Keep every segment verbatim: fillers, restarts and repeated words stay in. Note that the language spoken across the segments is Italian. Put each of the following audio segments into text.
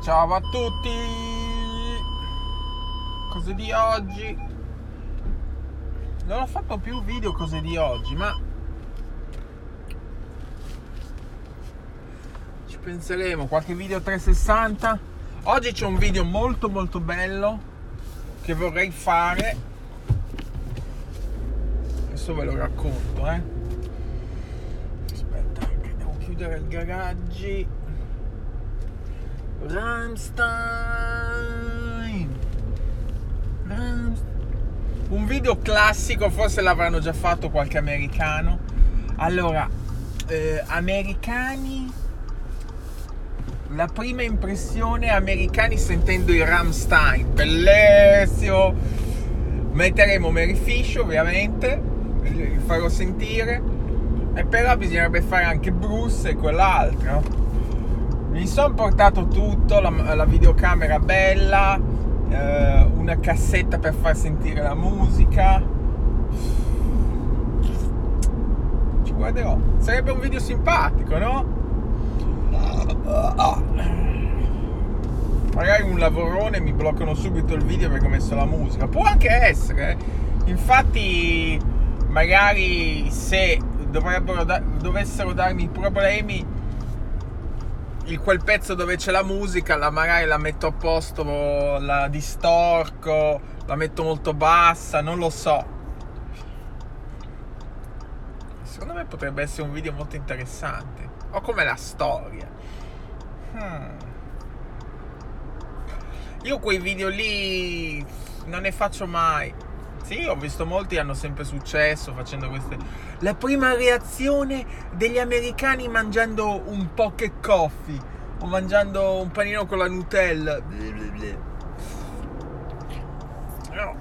Ciao a tutti. Cose di oggi. Non ho fatto più video cose di oggi, ma ci penseremo. Qualche video trecentosessanta. Oggi c'è un video molto molto bello che vorrei fare. Adesso ve lo racconto, eh. Aspetta, che devo chiudere il garage. Rammstein. Rammstein. Un video classico, forse l'avranno già fatto qualche americano. Allora, eh, americani, la prima impressione americani sentendo i Rammstein, bellissimo. Metteremo Mary Fish, ovviamente, li farò sentire, e però bisognerebbe fare anche Bruce e quell'altro. Mi sono portato tutto, la, la videocamera bella, eh, una cassetta per far sentire la musica. Ci guarderò. Sarebbe un video simpatico, no? Magari un lavorone, mi bloccano subito il video perché ho messo la musica. Può anche essere. Infatti, magari se dovrebbero da- dovessero darmi problemi, il quel pezzo dove c'è la musica, la magari la metto a posto, la distorco, la metto molto bassa, non lo so. Secondo me potrebbe essere un video molto interessante. O come la storia. Hmm. Io quei video lì non ne faccio mai. Sì, ho visto molti hanno sempre successo facendo queste. La prima reazione degli americani mangiando un pocket coffee o mangiando un panino con la Nutella. No.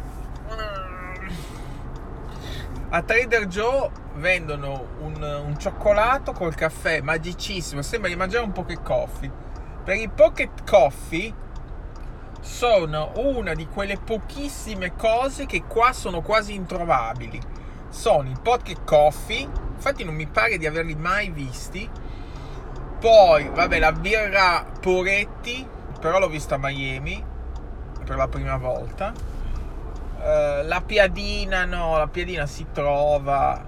A Trader Joe vendono un, un cioccolato col caffè magicissimo, sembra di mangiare un pocket coffee. Per i pocket coffee sono una di quelle pochissime cose che qua sono quasi introvabili. Sono i pocket coffee, infatti non mi pare di averli mai visti. Poi, vabbè, la birra Poretti, però l'ho vista a Miami per la prima volta. Uh, la piadina, no, la piadina si trova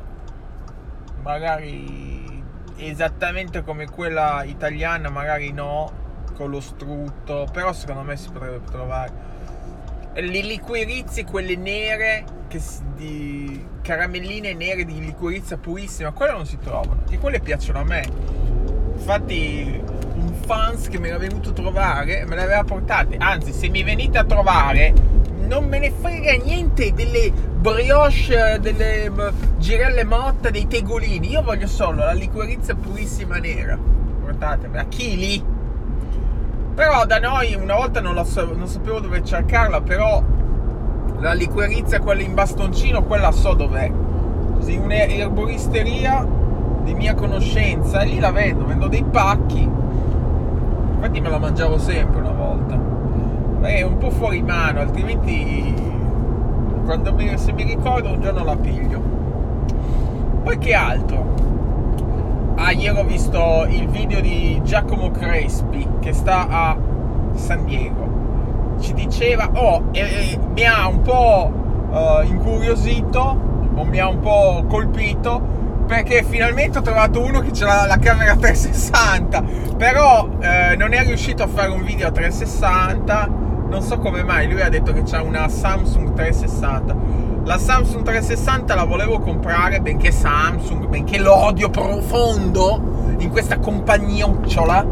magari esattamente come quella italiana, magari no, con lo strutto, però secondo me si potrebbe trovare. Le liquirizie, quelle nere, che di caramelline nere di liquirizia purissima, quelle non si trovano, e quelle piacciono a me. Infatti un fans che me l'ha venuto a trovare me le aveva portate. Anzi, se mi venite a trovare, non me ne frega niente delle brioche, delle girelle motta, dei tegolini. Io voglio solo la liquirizia purissima nera. Portatemi a chili. Però da noi una volta non, lo so, non sapevo dove cercarla, però la liquirizia, quella in bastoncino, quella so dov'è. Così, un'erboristeria di mia conoscenza, e lì la vendo, vendo dei pacchi. Infatti me la mangiavo sempre una volta. È un po' fuori mano, altrimenti quando mi, se mi ricordo un giorno la piglio. Poi che altro? Ah, ieri ho visto il video di Giacomo Crespi che sta a San Diego. Ci diceva, oh, eh, eh, mi ha un po' uh, incuriosito, o mi ha un po' colpito, perché finalmente ho trovato uno che c'ha la camera trecentosessanta, però eh, non è riuscito a fare un video a trecentosessanta, non so come mai. Lui ha detto che c'ha una Samsung trecentosessanta. La Samsung trecentosessanta la volevo comprare, benché Samsung, benché l'odio profondo in questa compagniucciola,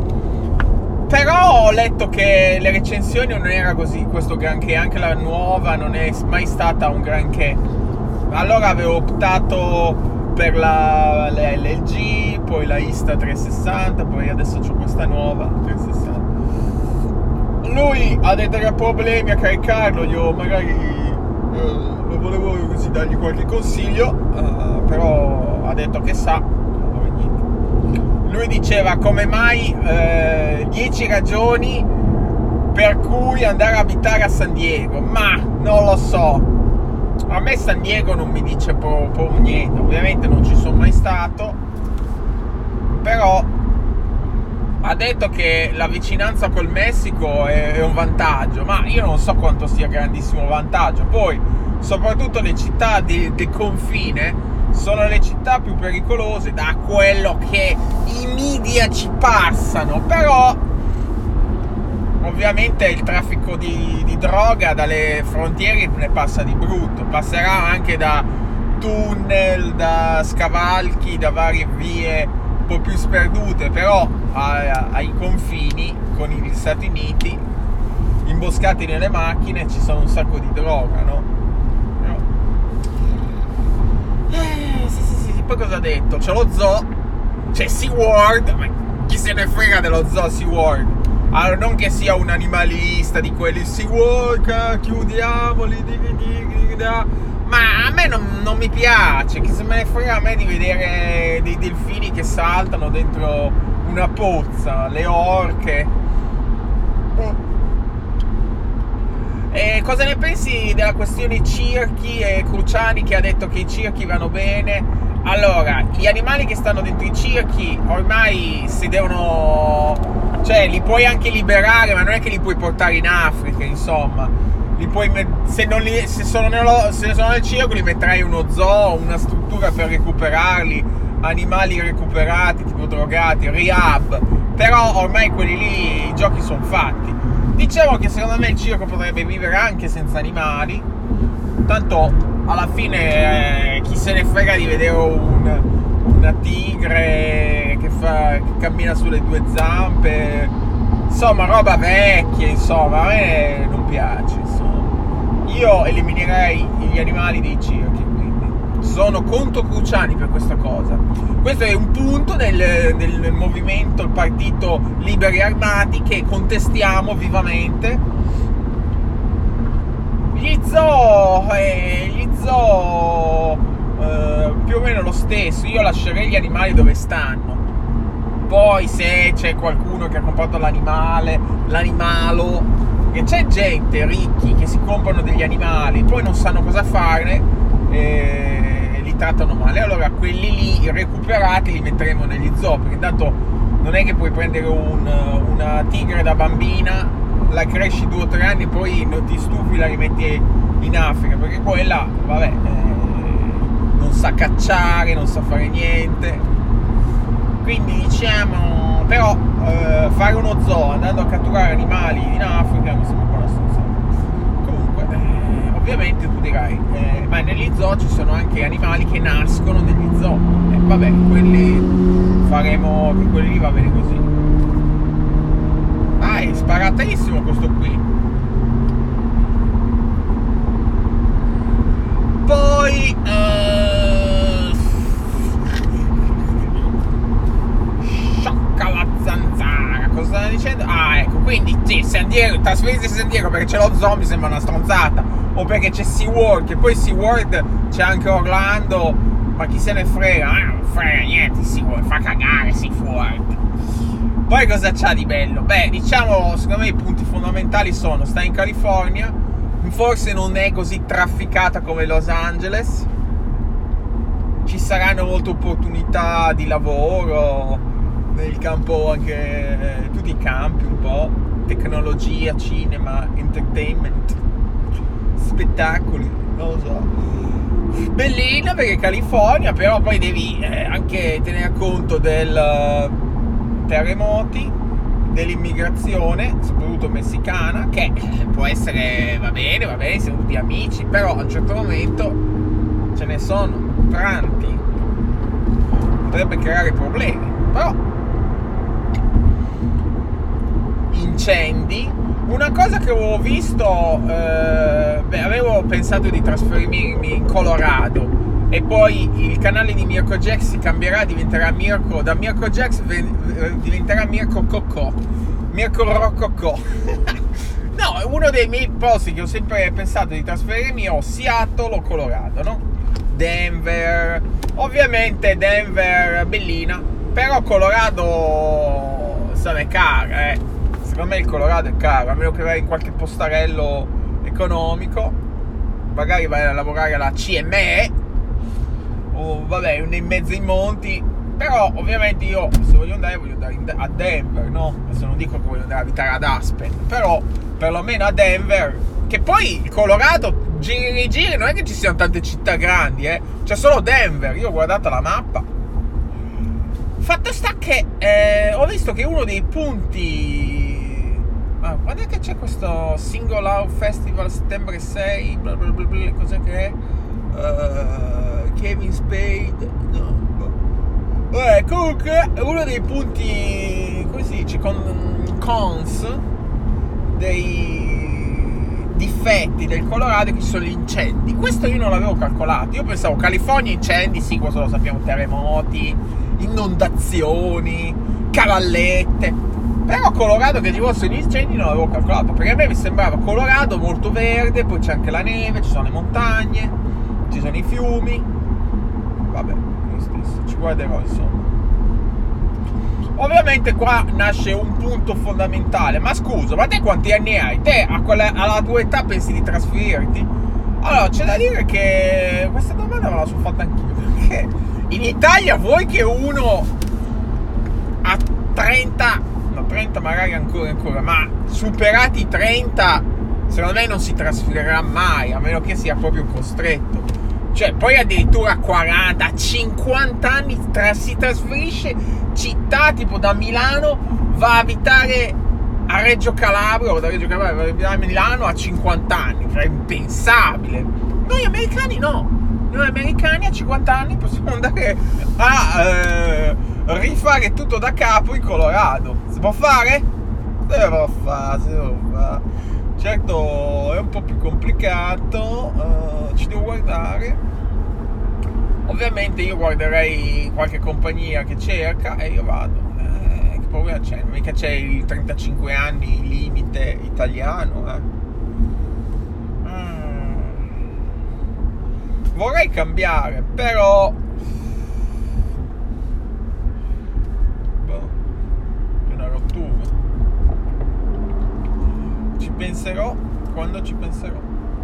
però ho letto che le recensioni non era così, questo granché, anche la nuova non è mai stata un granché. Allora avevo optato per la, la L G, poi la Insta trecentosessanta, poi adesso ho questa nuova trecentosessanta. Lui ha detto che ha problemi a caricarlo, io magari eh, lo volevo così dargli qualche consiglio, uh, però ha detto che sa. Lui diceva come mai eh, dieci ragioni per cui andare a abitare a San Diego, ma non lo so. A me San Diego non mi dice proprio niente, ovviamente non ci sono mai stato, però ha detto che la vicinanza col Messico è, è un vantaggio, ma io non so quanto sia grandissimo vantaggio. Poi, soprattutto le città di, del confine sono le città più pericolose da quello che i media ci passano. Però ovviamente il traffico di, di droga dalle frontiere ne passa di brutto, passerà anche da tunnel, da scavalchi, da varie vie un po' più sperdute, però a, ai confini con gli Stati Uniti, imboscati nelle macchine, ci sono un sacco di droga, no? Però... Eh, sì, sì, sì, poi cosa ha detto? C'è lo zoo, c'è SeaWorld, ma chi se ne frega dello zoo SeaWorld? Allora, non che sia un animalista di quelli SeaWorld, chiudiamoli, di, di, di, di, da. Ma a me non, non mi piace, che se me ne frega a me di vedere dei delfini che saltano dentro una pozza, le orche. E cosa ne pensi della questione circhi e Cruciani, che ha detto che i circhi vanno bene? Allora, gli animali che stanno dentro i circhi ormai si devono... cioè li puoi anche liberare, ma non è che li puoi portare in Africa, insomma. Li puoi, se, non li, se, sono nello, se sono nel circo li metterai in uno zoo, una struttura per recuperarli, animali recuperati, tipo drogati, rehab. Però ormai quelli lì, i giochi sono fatti. Diciamo che secondo me il circo potrebbe vivere anche senza animali. Tanto alla fine eh, chi se ne frega di vedere un, una tigre che, fa, che cammina sulle due zampe. Insomma, roba vecchia, insomma, a me non piace, insomma. Io eliminerei gli animali dei circhi, quindi sono contro Cruciani per questa cosa. Questo è un punto del, del movimento, il partito Liberi Armati, che contestiamo vivamente. Gli zoo, eh, gli zoo eh, più o meno lo stesso. Io lascerei gli animali dove stanno. Poi se c'è qualcuno che ha comprato l'animale, l'animalo, che c'è gente, ricchi, che si comprano degli animali, poi non sanno cosa farne e li trattano male. Allora quelli lì, recuperati, li metteremo negli zoo, perché tanto non è che puoi prendere un, una tigre da bambina, la cresci due o tre anni e poi non ti stufi, la rimetti in Africa, perché quella, vabbè, eh, non sa cacciare, non sa fare niente. Quindi diciamo, però eh, fare uno zoo andando a catturare animali in Africa mi sembra una stronzata. Comunque, eh, ovviamente tu dirai, eh, ma negli zoo ci sono anche animali che nascono negli zoo. E eh, vabbè, quelli faremo, che quelli lì va bene così. Ah, è sparatissimo questo qui. Poi... Eh, la zanzara, cosa stanno dicendo? Ah, ecco, quindi sì, San Diego, trasferirsi a San Diego perché c'è lo zoo mi sembra una stronzata, o perché c'è SeaWorld, che poi SeaWorld c'è anche Orlando, ma chi se ne frega? Ah, non frega niente SeaWorld, fa cagare SeaWorld. Poi cosa c'ha di bello? Beh, diciamo, secondo me i punti fondamentali sono: sta in California, forse non è così trafficata come Los Angeles, ci saranno molte opportunità di lavoro nel campo, anche eh, tutti i campi un po', tecnologia, cinema, entertainment, spettacoli, non lo so. Bellina perché California, però poi devi eh, anche tener conto del uh, terremoti, dell'immigrazione, soprattutto messicana, che può essere, va bene, va bene, siamo tutti amici, però a un certo momento ce ne sono tanti, potrebbe creare problemi. Però incendi, una cosa che avevo visto, eh, beh, avevo pensato di trasferirmi in Colorado e poi il canale di Mirko Jax si cambierà, diventerà Mirko, da Mirko Jax diventerà Mirko Cocco, Mirko Rococò. No, uno dei miei posti che ho sempre pensato di trasferirmi o Seattle o Colorado, no? Denver, ovviamente Denver bellina, però Colorado sa, è cara, eh. Secondo me il Colorado è caro, a meno che vai in qualche postarello economico, magari vai a lavorare alla C M E o vabbè in mezzo ai monti, Però ovviamente io, se voglio andare, voglio andare a Denver, no? Adesso non dico che voglio andare a abitare ad Aspen, però perlomeno a Denver, che poi il Colorado, giri e giri, non è che ci siano tante città grandi, eh. C'è solo Denver. Io ho guardato la mappa. Fatto sta che eh, ho visto che uno dei punti... Ma quando è che c'è questo Single Out Festival settembre sei? Bla bla bla bla, cos'è che è? Uh, Kevin Spade? No. Beh, comunque uno dei punti, come si dice, con cons, dei difetti del Colorado, che ci sono gli incendi. Questo io non l'avevo calcolato. Io pensavo California incendi, sì, questo lo sappiamo, terremoti, inondazioni, cavallette. Però Colorado che ci fossero gli incendi non l'avevo calcolato, perché a me mi sembrava Colorado molto verde, poi c'è anche la neve, ci sono le montagne, ci sono i fiumi. Vabbè, lo stesso, ci guarderò insomma. Ovviamente qua nasce un punto fondamentale. Ma scusa, ma te quanti anni hai? Te a quella, alla tua età pensi di trasferirti? Allora, c'è da dire che questa domanda me la sono fatta anch'io, perché in Italia vuoi che uno a trenta, no trenta magari ancora ancora, ma superati i trenta, secondo me non si trasferirà mai, a meno che sia proprio costretto. Cioè, poi addirittura a quaranta, cinquanta anni tra, si trasferisce città, tipo da Milano va a abitare a Reggio Calabria, o da Reggio Calabria va a abitare a Milano a cinquanta anni, cioè è impensabile. Noi americani no, noi americani a cinquanta anni possiamo andare a eh, rifare tutto da capo in Colorado. Si può fare? Si può fare, si può fare. Certo è un po' più complicato, uh, ci devo guardare. Ovviamente io guarderei qualche compagnia che cerca e io vado. Eh, che problema c'è? Mica c'è il trentacinque anni limite italiano, eh. Mm. Vorrei cambiare, però boh, è una rottura. Ci penserò quando ci penserò.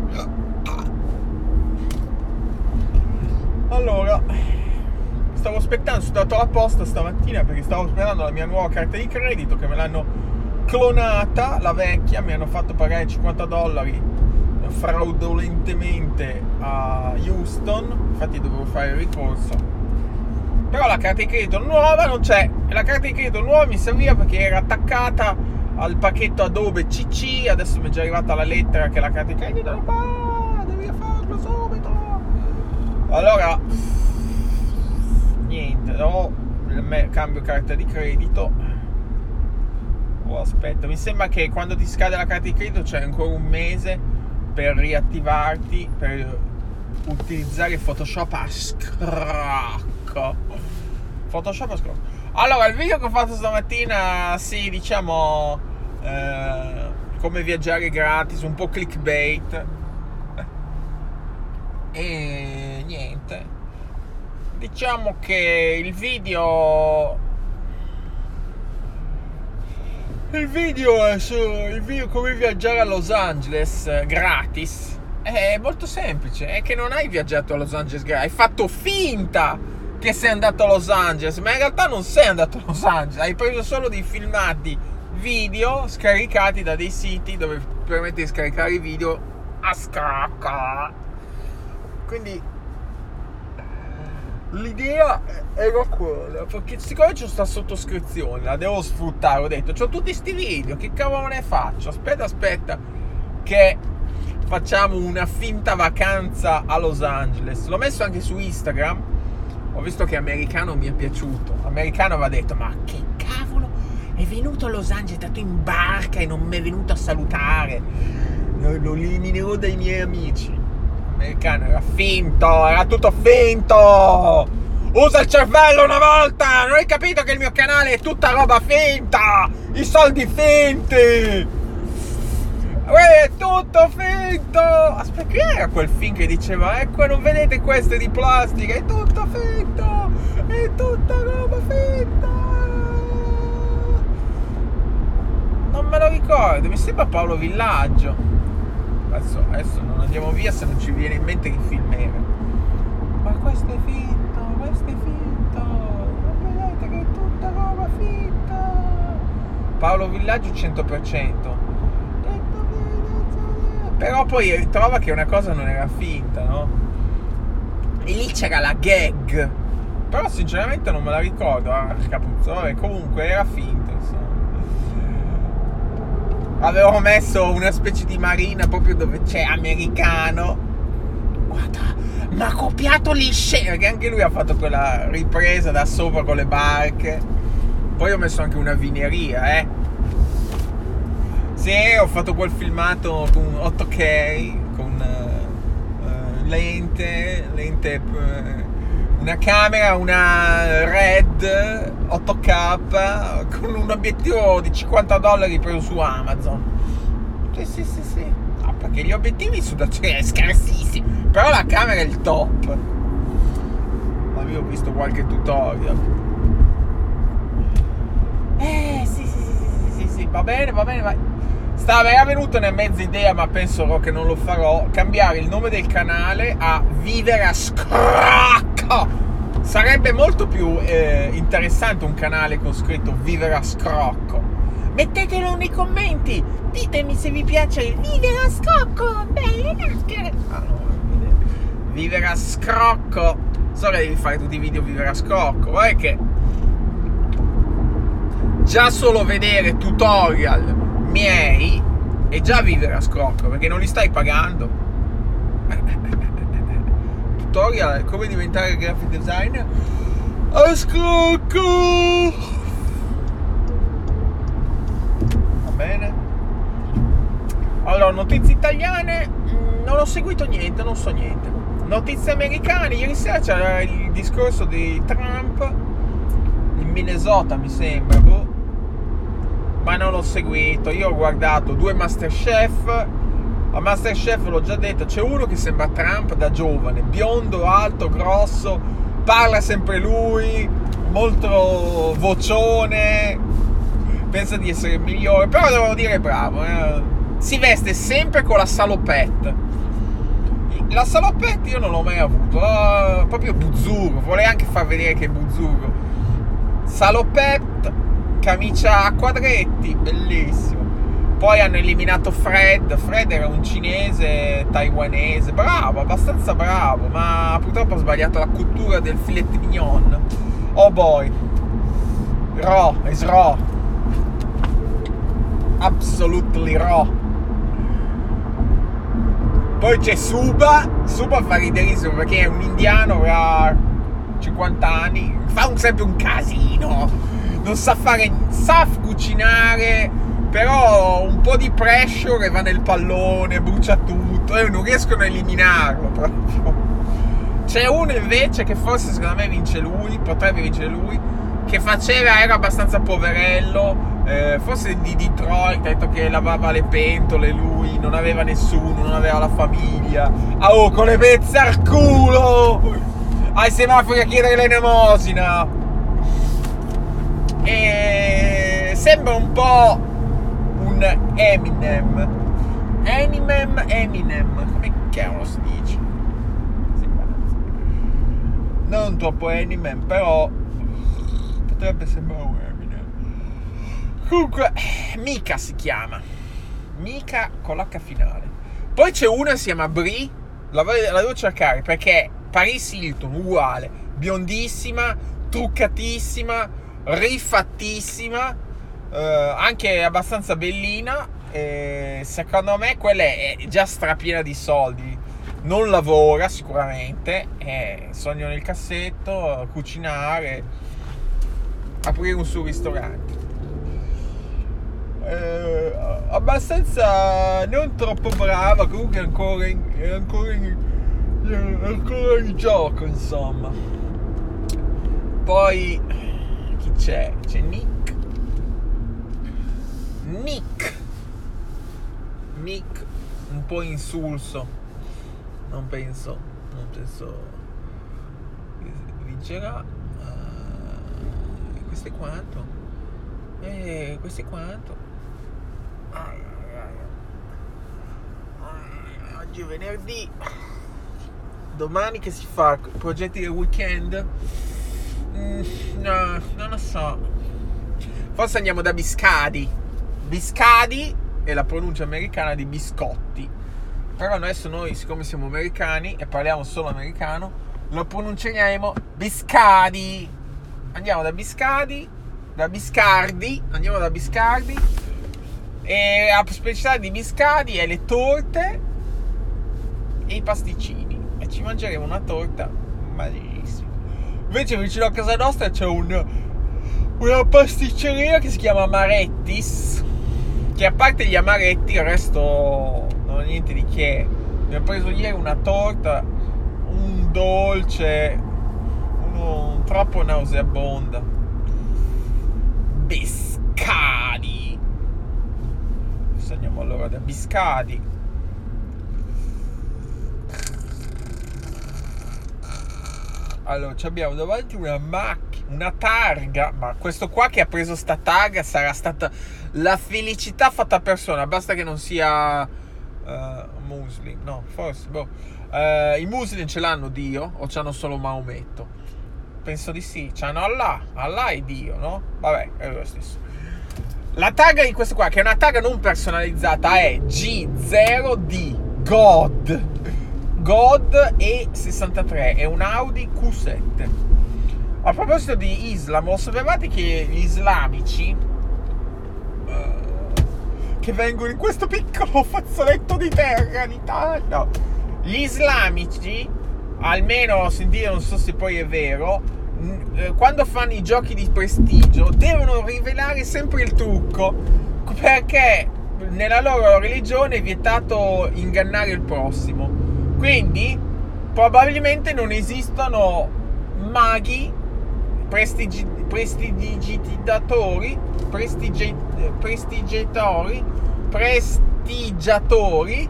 Allora, stavo aspettando, sono andato alla posta stamattina perché stavo aspettando la mia nuova carta di credito, che me l'hanno clonata, la vecchia, mi hanno fatto pagare cinquanta dollari fraudolentemente a Houston, infatti dovevo fare il ricorso. Però la carta di credito nuova non c'è, e la carta di credito nuova mi serviva perché era attaccata al pacchetto Adobe C C. Adesso mi è già arrivata la lettera che la carta di credito non va, devi farlo subito. Allora niente, o cambio carta di credito o aspetta. Mi sembra che quando ti scade la carta di credito c'è ancora un mese per riattivarti, per utilizzare Photoshop a scrocco. Photoshop a scrocco. Allora, il video che ho fatto stamattina, sì, diciamo, eh, come viaggiare gratis, un po' clickbait. E niente. Diciamo che il video... Il video è su... Il video come viaggiare a Los Angeles gratis. È molto semplice. È che non hai viaggiato a Los Angeles gratis. Hai fatto finta che sei andato a Los Angeles, ma in realtà non sei andato a Los Angeles, hai preso solo dei filmati video scaricati da dei siti dove permette di scaricare i video a scacca. Quindi l'idea era quella, perché siccome c'è sta sottoscrizione, la devo sfruttare, ho detto, c'ho tutti sti video, che cavolo ne faccio? Aspetta, aspetta, che facciamo una finta vacanza a Los Angeles. L'ho messo anche su Instagram. Ho visto che Americano mi è piaciuto. Americano aveva detto: ma che cavolo, è venuto a Los Angeles, è stato in barca e non mi è venuto a salutare, lo eliminerò dai miei amici. Americano era finto, era tutto finto. Usa il cervello una volta. Non hai capito che il mio canale è tutta roba finta, i soldi finti. Uè, è tutto finto. Aspetta, che era quel film che diceva: ecco, non vedete, questo è di plastica, è tutto finto, è tutta roba finta. Non me lo ricordo, mi sembra Paolo Villaggio. Adesso, adesso non andiamo via se non ci viene in mente che film era. Ma questo è finto, questo è finto. Vabbè. era finta. Paolo Villaggio cento per cento. Però poi trova che una cosa non era finta, no? E lì c'era la gag. Però sinceramente non me la ricordo, ah, Capuzzo, comunque era finta, insomma. Avevo messo una specie di marina proprio dove c'è americano. Guarda, ma ha copiato le scene, perché anche lui ha fatto quella ripresa da sopra con le barche. Poi ho messo anche una vineria, eh. Sì, ho fatto quel filmato con otto K, con uh, uh, lente, lente, uh, una camera, una Red otto K, con un obiettivo di cinquanta dollari preso su Amazon. Sì, sì, sì, sì. No, perché gli obiettivi sono cioè, scarsissimi, però la camera è il top. Avevo visto qualche tutorial. Eh, sì, sì, sì, sì, sì, sì, va bene, va bene, vai. Stava, era venuta una mezza idea, ma penso che non lo farò, cambiare il nome del canale a Vivere a Scrocco. Sarebbe molto più eh, interessante un canale con scritto Vivere a Scrocco. Mettetelo nei commenti, ditemi se vi piace il Vivere a Scrocco. Belle maschere. Ah, no, Vivere a Scrocco. So che devi fare tutti i video Vivere a Scrocco, guarda che già solo vedere tutorial miei è già vivere a scrocco, perché non li stai pagando. Tutorial come diventare graphic designer a scrocco. Va bene. Allora, notizie italiane non ho seguito niente, non so niente. Notizie americane, ieri sera c'era il discorso di Trump in Minnesota, mi sembra, boh. Ma non l'ho seguito. Io ho guardato due Masterchef. A Masterchef l'ho già detto, c'è uno che sembra Trump da giovane, biondo, alto, grosso, parla sempre lui, molto vocione, pensa di essere il migliore, però devo dire bravo, eh. Si veste sempre con la salopette. La salopette io non l'ho mai avuto, uh, proprio buzzurro, vorrei anche far vedere che è buzzurro. Salopette, camicia a quadretti, bellissimo. Poi hanno eliminato Fred. Fred era un cinese taiwanese, bravo, abbastanza bravo, ma purtroppo ha sbagliato la cottura del filet mignon. Oh boy, raw, is raw, absolutely raw. Poi c'è Suba. Suba fa riderissimo perché è un indiano, avrà cinquanta anni, fa un, sempre un casino, non sa fare, sa cucinare, però un po' di pressure e va nel pallone, brucia tutto e non riescono a eliminarlo proprio. C'è uno invece che forse secondo me vince lui, potrebbe vincere lui, che faceva, era abbastanza poverello, eh, forse di Detroit, ha detto che lavava le pentole, lui non aveva nessuno, non aveva la famiglia, ah, oh, con le pezze al culo ai semafori a chiedere l'elemosina, e sembra un po' un Eminem Eminem Eminem come cavolo si dice, non troppo Eminem, però potrebbe sembrare un Eminem. Comunque Mika si chiama, Mika con l'H finale. Poi c'è una che si chiama Brie, la, la devo cercare perché Paris Hilton uguale, biondissima, truccatissima, rifattissima, eh, anche abbastanza bellina, eh, secondo me quella è già strapiena di soldi, non lavora sicuramente, eh, sogno nel cassetto, cucinare, aprire un suo ristorante, eh, abbastanza non troppo brava, comunque è ancora in, è ancora in, è ancora in gioco, insomma. Poi chi c'è? C'è Nick Nick Nick un po' insulso, non penso non penso che vincerà. Uh, questo è quanto eh, questo è quanto ai, ai, ai. Oggi è venerdì, domani che si fa? Progetti del weekend? Mm, no, non lo so. Forse andiamo da Biscadi. Biscadi è la pronuncia americana di biscotti. Però adesso noi, siccome siamo americani e parliamo solo americano, lo pronunceremo Biscadi. Andiamo da Biscadi, da Biscardi, andiamo da Biscardi. E la specialità di Biscadi è le torte e i pasticcini. E ci mangeremo una torta malissima. Invece vicino a casa nostra c'è un, una pasticceria che si chiama Amarettis, che a parte gli amaretti il resto non ha niente di che. Mi ho preso ieri una torta, un dolce, uno troppo nauseabonda. Biscadi. Adesso andiamo allora da Biscadi. Allora, ci abbiamo davanti una macchina, una targa, ma questo qua che ha preso sta targa sarà stata la felicità fatta persona, basta che non sia uh, muslim, no, forse, boh. Uh, i muslim ce l'hanno Dio o c'hanno solo Maometto? Penso di sì, c'hanno Allah, Allah è Dio, no? Vabbè, è lo stesso. La targa di questo qua, che è una targa non personalizzata, è G zero D, God. God E sessantatré, è un Audi Q sette. A proposito di Islam, lo sapevate che gli islamici uh, che vengono in questo piccolo fazzoletto di terra in Italia, no. Gli islamici, almeno ho sentito, non so se poi è vero, n- quando fanno i giochi di prestigio devono rivelare sempre il trucco, perché nella loro religione è vietato ingannare il prossimo. Quindi probabilmente non esistono maghi, prestigi, prestidigitatori, prestigi, prestigiatori, prestigiatori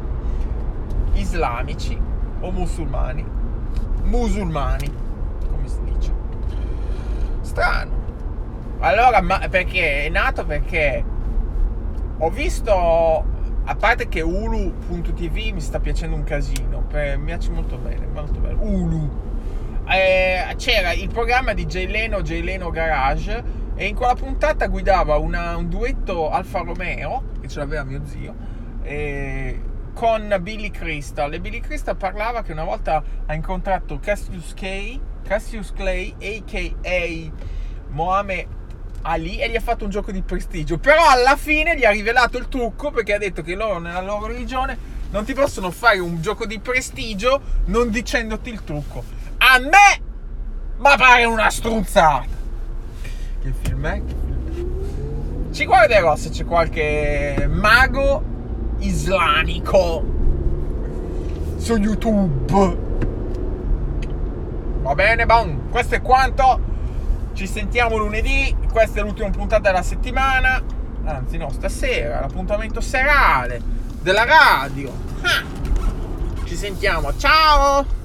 islamici o musulmani. Musulmani, come si dice. Strano. Allora, ma perché è nato? Perché ho visto, a parte che Hulu punto tv mi sta piacendo un casino, per, mi piace molto bene, molto bello. Hulu. Eh, c'era il programma di Jay Leno, Jay Leno Garage, e in quella puntata guidava una, un duetto Alfa Romeo, che ce l'aveva mio zio, eh, con Billy Crystal. E Billy Crystal parlava che una volta ha incontrato Cassius Clay, Cassius Clay, a k a. Mohammed Ali, e gli ha fatto un gioco di prestigio, però alla fine gli ha rivelato il trucco, perché ha detto che loro nella loro religione non ti possono fare un gioco di prestigio non dicendoti il trucco. A me ma pare una strunzata. Che film è? Che film è? Ci guarderò se c'è qualche mago islamico su YouTube. Va bene, bon, questo è quanto. Ci sentiamo lunedì, questa è l'ultima puntata della settimana, anzi no, stasera, l'appuntamento serale della radio. Ah. Ci sentiamo, ciao!